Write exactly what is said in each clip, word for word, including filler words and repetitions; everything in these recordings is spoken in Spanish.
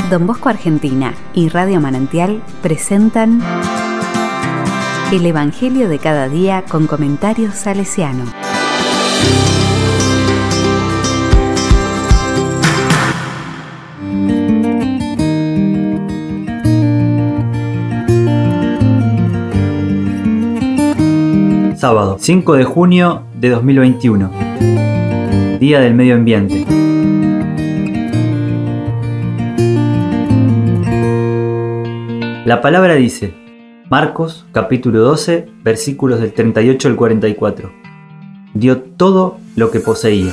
Don Bosco Argentina y Radio Manantial presentan El Evangelio de cada día con comentarios salesiano. Sábado, cinco de junio de dos mil veintiuno, Día del Medio Ambiente. La palabra dice, Marcos capítulo doce, versículos del treinta y ocho al cuarenta y cuatro. Dio todo lo que poseía.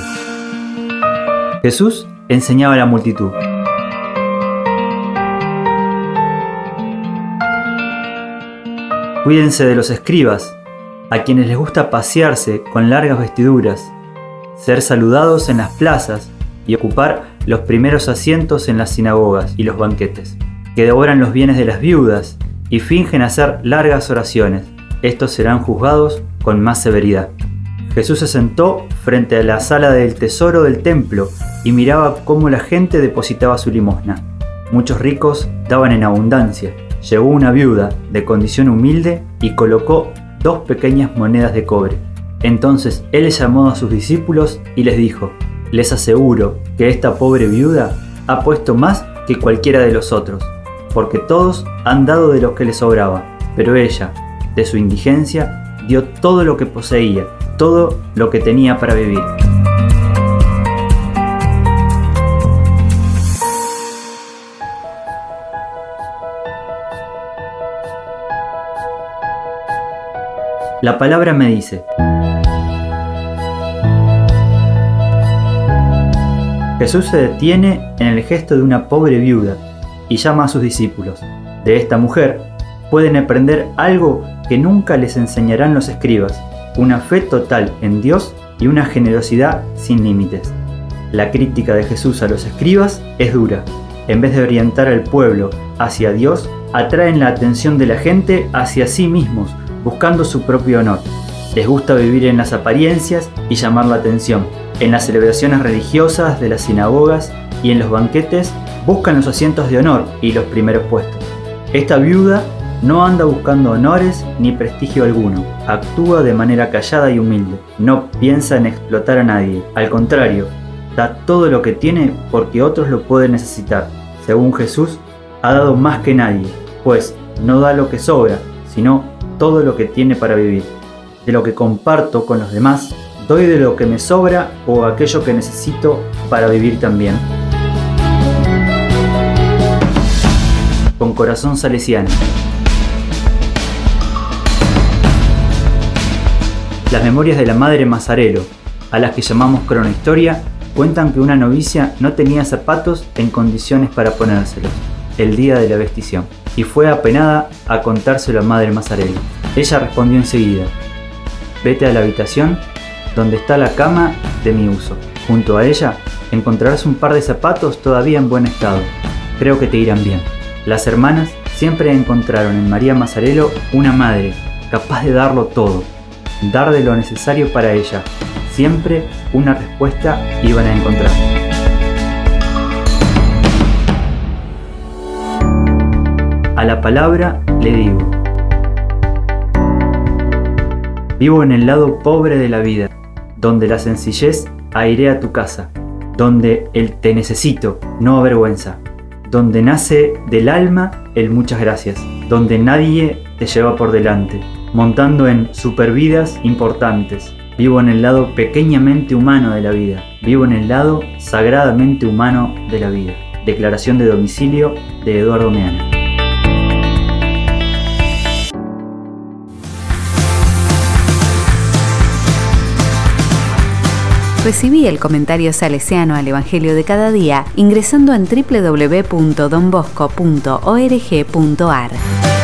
Jesús enseñaba a la multitud. Cuídense de los escribas, a quienes les gusta pasearse con largas vestiduras, ser saludados en las plazas y ocupar los primeros asientos en las sinagogas y los banquetes, que devoran los bienes de las viudas y fingen hacer largas oraciones. Estos serán juzgados con más severidad. Jesús se sentó frente a la sala del tesoro del templo y miraba cómo la gente depositaba su limosna. Muchos ricos daban en abundancia. Llegó una viuda de condición humilde y colocó dos pequeñas monedas de cobre. Entonces él llamó a sus discípulos y les dijo: les aseguro que esta pobre viuda ha puesto más que cualquiera de los otros, porque todos han dado de lo que les sobraba, pero ella, de su indigencia, dio todo lo que poseía, todo lo que tenía para vivir. La palabra me dice: Jesús se detiene en el gesto de una pobre viuda y llama a sus discípulos. De esta mujer pueden aprender algo que nunca les enseñarán los escribas: una fe total en Dios y una generosidad sin límites. La crítica de Jesús a los escribas es dura. En vez de orientar al pueblo hacia Dios, atraen la atención de la gente hacia sí mismos, buscando su propio honor. Les gusta vivir en las apariencias y llamar la atención. En las celebraciones religiosas de las sinagogas y en los banquetes buscan los asientos de honor y los primeros puestos. Esta viuda no anda buscando honores ni prestigio alguno. Actúa de manera callada y humilde. No piensa en explotar a nadie. Al contrario, da todo lo que tiene porque otros lo pueden necesitar. Según Jesús, ha dado más que nadie, pues no da lo que sobra, sino todo lo que tiene para vivir. De lo que comparto con los demás, doy de lo que me sobra o aquello que necesito para vivir también. Con corazón salesiano. Las memorias de la Madre Mazzarello, a las que llamamos cronohistoria, cuentan que una novicia no tenía zapatos en condiciones para ponérselos el día de la vestición, y fue apenada a contárselo a Madre Mazzarello. Ella respondió enseguida: vete a la habitación donde está la cama de mi uso. Junto a ella encontrarás un par de zapatos todavía en buen estado. Creo que te irán bien. Las hermanas siempre encontraron en María Mazzarello una madre capaz de darlo todo, dar de lo necesario para ella. Siempre una respuesta iban a encontrar. A la palabra le digo: vivo en el lado pobre de la vida, donde la sencillez airea tu casa, donde el te necesito no avergüenza, donde nace del alma el muchas gracias, donde nadie te lleva por delante, montando en supervidas importantes. Vivo en el lado pequeñamente humano de la vida, vivo en el lado sagradamente humano de la vida. Declaración de domicilio de Eduardo Meana. Recibí el comentario salesiano al Evangelio de cada día ingresando en doble u doble u doble u punto don bosco punto org punto a r.